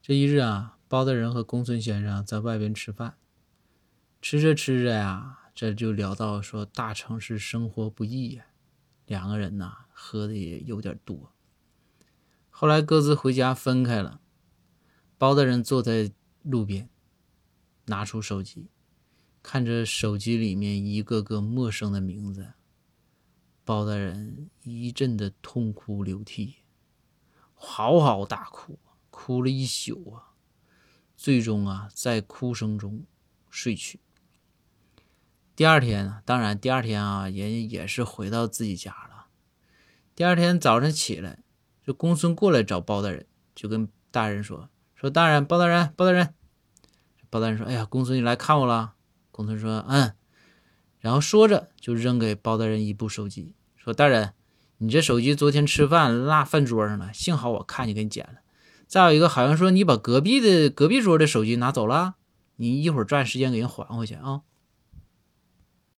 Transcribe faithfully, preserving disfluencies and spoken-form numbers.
这一日啊，包大人和公孙先生在外边吃饭，吃着吃着呀，这就聊到说大城市生活不易呀，两个人呐喝的也有点多。后来各自回家分开了，包大人坐在路边，拿出手机，看着手机里面一个个陌生的名字，包大人一阵的痛哭流涕，嚎嚎大哭，哭了一宿啊，最终啊在哭声中睡去。第二天啊，当然第二天啊人也是回到自己家了。第二天早上起来，这公孙过来找包大人，就跟大人说说大人包大人包大人。包大人说哎呀，公孙你来看我了。公孙说嗯，然后说着就扔给包大人一部手机，说大人你这手机昨天吃饭落饭桌上了，幸好我看见给你捡了。再有一个好像说你把隔壁的隔壁桌的手机拿走了，你一会儿抓紧时间给人还回去啊。